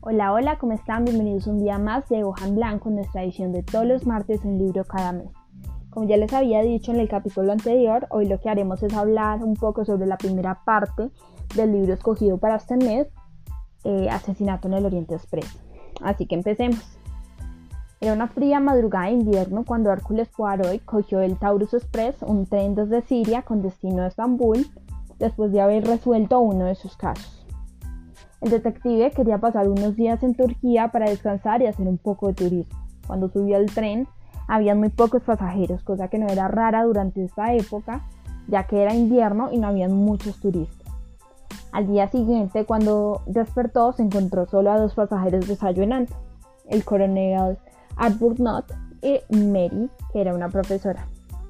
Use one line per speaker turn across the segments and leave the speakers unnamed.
Hola, hola, ¿cómo están? Bienvenidos un día más de Hoja en Blanco, nuestra edición de todos los martes, un libro cada mes. Como ya les había dicho en el capítulo anterior, hoy lo que haremos es hablar un poco sobre la primera parte del libro escogido para este mes, Asesinato en el Oriente Express. Así que empecemos. Era una fría madrugada de invierno cuando Hércules Poirot cogió el Taurus Express, un tren desde Siria con destino a Estambul, después de haber resuelto uno de sus casos. El detective quería pasar unos días en Turquía para descansar y hacer un poco de turismo. Cuando subió al tren, había muy pocos pasajeros, cosa que no era rara durante esta época, ya que era invierno y no había muchos turistas. Al día siguiente, cuando despertó, se encontró solo a dos pasajeros desayunando, el coronel Arbuthnot y Mary, que era una profesora.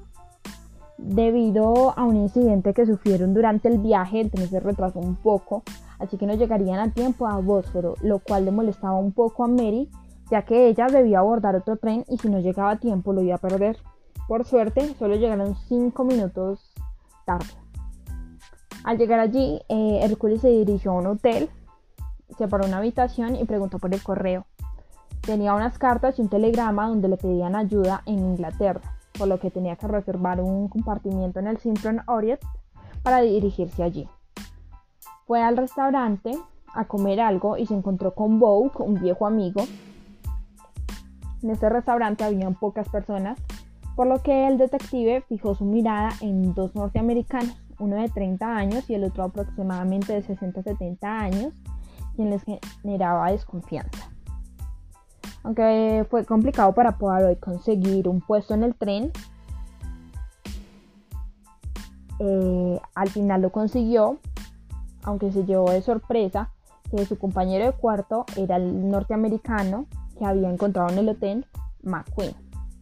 Debido a un incidente que sufrieron durante el viaje, el tren se retrasó un poco, así que no llegarían a tiempo a Bósforo, lo cual le molestaba un poco a Mary, ya que ella debía abordar otro tren y si no llegaba a tiempo lo iba a perder. Por suerte, solo llegaron 5 minutos tarde. Al llegar allí, Hércules se dirigió a un hotel, separó una habitación y preguntó por el correo. Tenía unas cartas y un telegrama donde le pedían ayuda en Inglaterra, por lo que tenía que reservar un compartimiento en el Simpson Orient para dirigirse allí. Fue al restaurante a comer algo y se encontró con Bogue, un viejo amigo. En este restaurante habían pocas personas, por lo que el detective fijó su mirada en dos norteamericanos, uno de 30 años y el otro aproximadamente de 60-70 años, quien les generaba desconfianza. Aunque fue complicado para Poirot conseguir un puesto en el tren, al final lo consiguió, aunque se llevó de sorpresa que su compañero de cuarto era el norteamericano que había encontrado en el hotel, McQueen.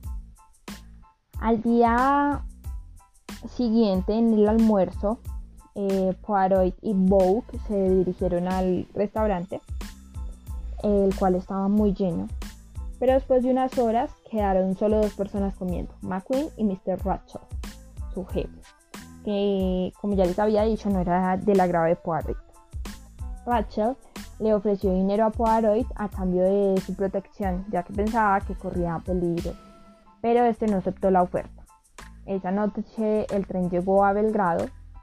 Al día siguiente, en el almuerzo, Poirot y Bogue se dirigieron al restaurante, el cual estaba muy lleno, pero después de unas horas quedaron solo dos personas comiendo, McQueen y Mr. Ratchell, su jefe, que como ya les había dicho no era del agrado de Poirot. Rachel le ofreció dinero a Poirot a cambio de su protección, ya que pensaba que corría peligro, pero este no aceptó la oferta. Esa noche el tren llegó a Belgrado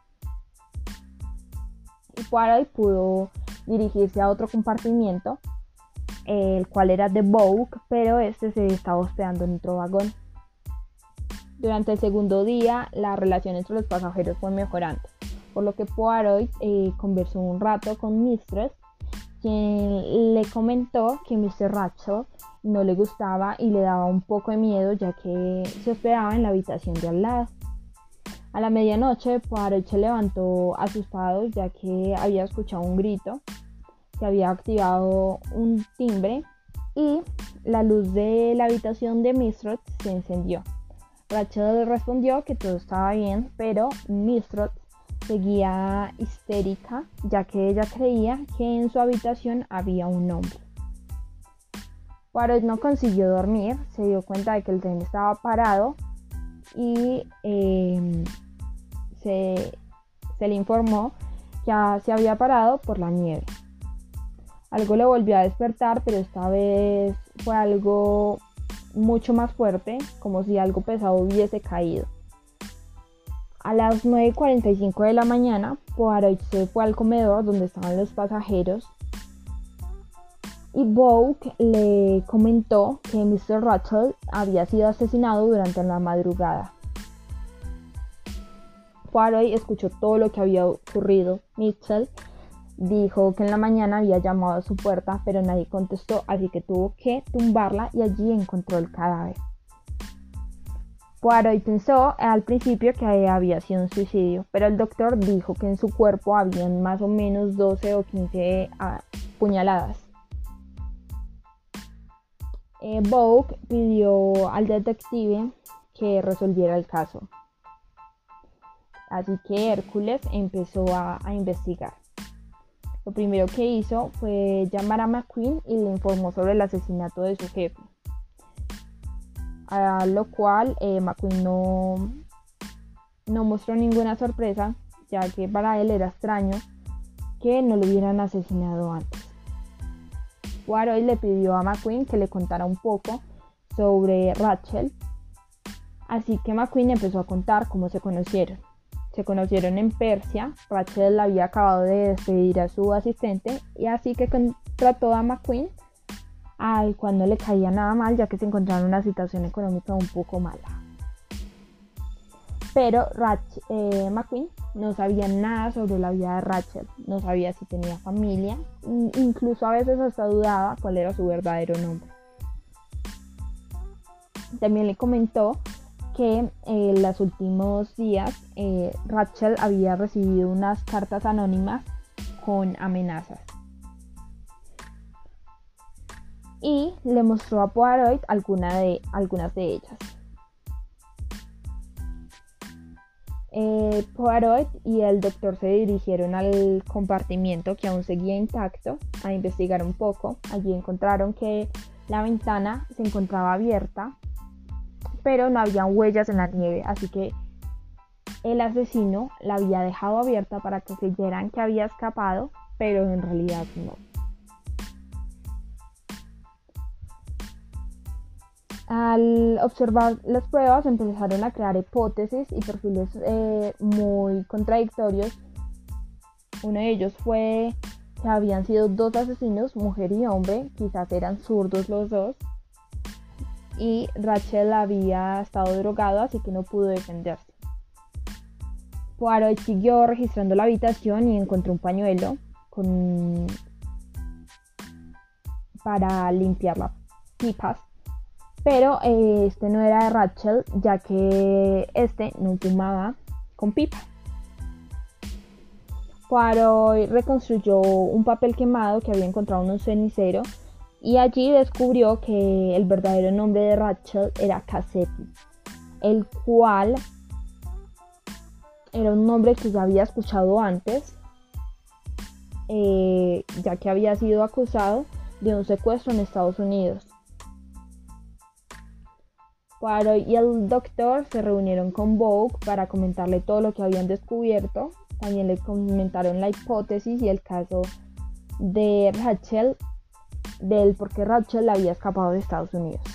y Poirot pudo dirigirse a otro compartimiento, el cual era de Bogue, pero este se estaba hospedando en otro vagón. Durante el segundo día, la relación entre los pasajeros fue mejorando, por lo que Poirot conversó un rato con Mistress, quien le comentó que Mr. Ratchell no le gustaba y le daba un poco de miedo, ya que se hospedaba en la habitación de al lado. A la medianoche, Poirot se levantó asustado, ya que había escuchado un grito, se había activado un timbre y la luz de la habitación de Mistress se encendió. Rachel respondió que todo estaba bien, pero Mistress seguía histérica, ya que ella creía que en su habitación había un hombre. Poirot no consiguió dormir, se dio cuenta de que el tren estaba parado y se le informó que se había parado por la nieve. Algo le volvió a despertar, pero esta vez fue algo mucho más fuerte, como si algo pesado hubiese caído. A las 9:45 de la mañana, Poirot se fue al comedor donde estaban los pasajeros y Bogue le comentó que Mr. Ratchell había sido asesinado durante la madrugada. Poirot escuchó todo lo que había ocurrido. Mitchell dijo que en la mañana había llamado a su puerta, pero nadie contestó, así que tuvo que tumbarla y allí encontró el cadáver. Poirot pensó al principio que había sido un suicidio, pero el doctor dijo que en su cuerpo habían más o menos 12 o 15 puñaladas. Bogue pidió al detective que resolviera el caso, así que Hércules empezó a investigar. Lo primero que hizo fue llamar a McQueen y le informó sobre el asesinato de su jefe, a lo cual McQueen no mostró ninguna sorpresa, ya que para él era extraño que no lo hubieran asesinado antes. Poirot le pidió a McQueen que le contara un poco sobre Rachel, así que McQueen empezó a contar cómo se conocieron. Se conocieron en Persia. Rachel había acabado de despedir a su asistente y así que contrató a McQueen, al cual no le caía nada mal, ya que se encontraba en una situación económica un poco mala. Pero McQueen no sabía nada sobre la vida de Rachel, no sabía si tenía familia, incluso a veces hasta dudaba cuál era su verdadero nombre. También le comentó que en los últimos días Rachel había recibido unas cartas anónimas con amenazas. Y le mostró a Poirot algunas de ellas. Poirot y el doctor se dirigieron al compartimiento que aún seguía intacto a investigar un poco. Allí encontraron que la ventana se encontraba abierta, pero no había huellas en la nieve, así que el asesino la había dejado abierta para que creyeran que había escapado, pero en realidad no. Al observar las pruebas empezaron a crear hipótesis y perfiles muy contradictorios. Uno de ellos fue que habían sido dos asesinos, mujer y hombre, quizás eran zurdos los dos, y Rachel había estado drogado, así que no pudo defenderse. Poirot siguió registrando la habitación y encontró un pañuelo para limpiar las pipas, pero este no era de Rachel, ya que este no fumaba con pipa. Poirot reconstruyó un papel quemado que había encontrado en un cenicero y allí descubrió que el verdadero nombre de Rachel era Cassetti, el cual era un nombre que ya había escuchado antes, ya que había sido acusado de un secuestro en Estados Unidos. Poirot y el doctor se reunieron con Vogue para comentarle todo lo que habían descubierto. También le comentaron la hipótesis y el caso de Rachel, del por qué Rachel había escapado de Estados Unidos.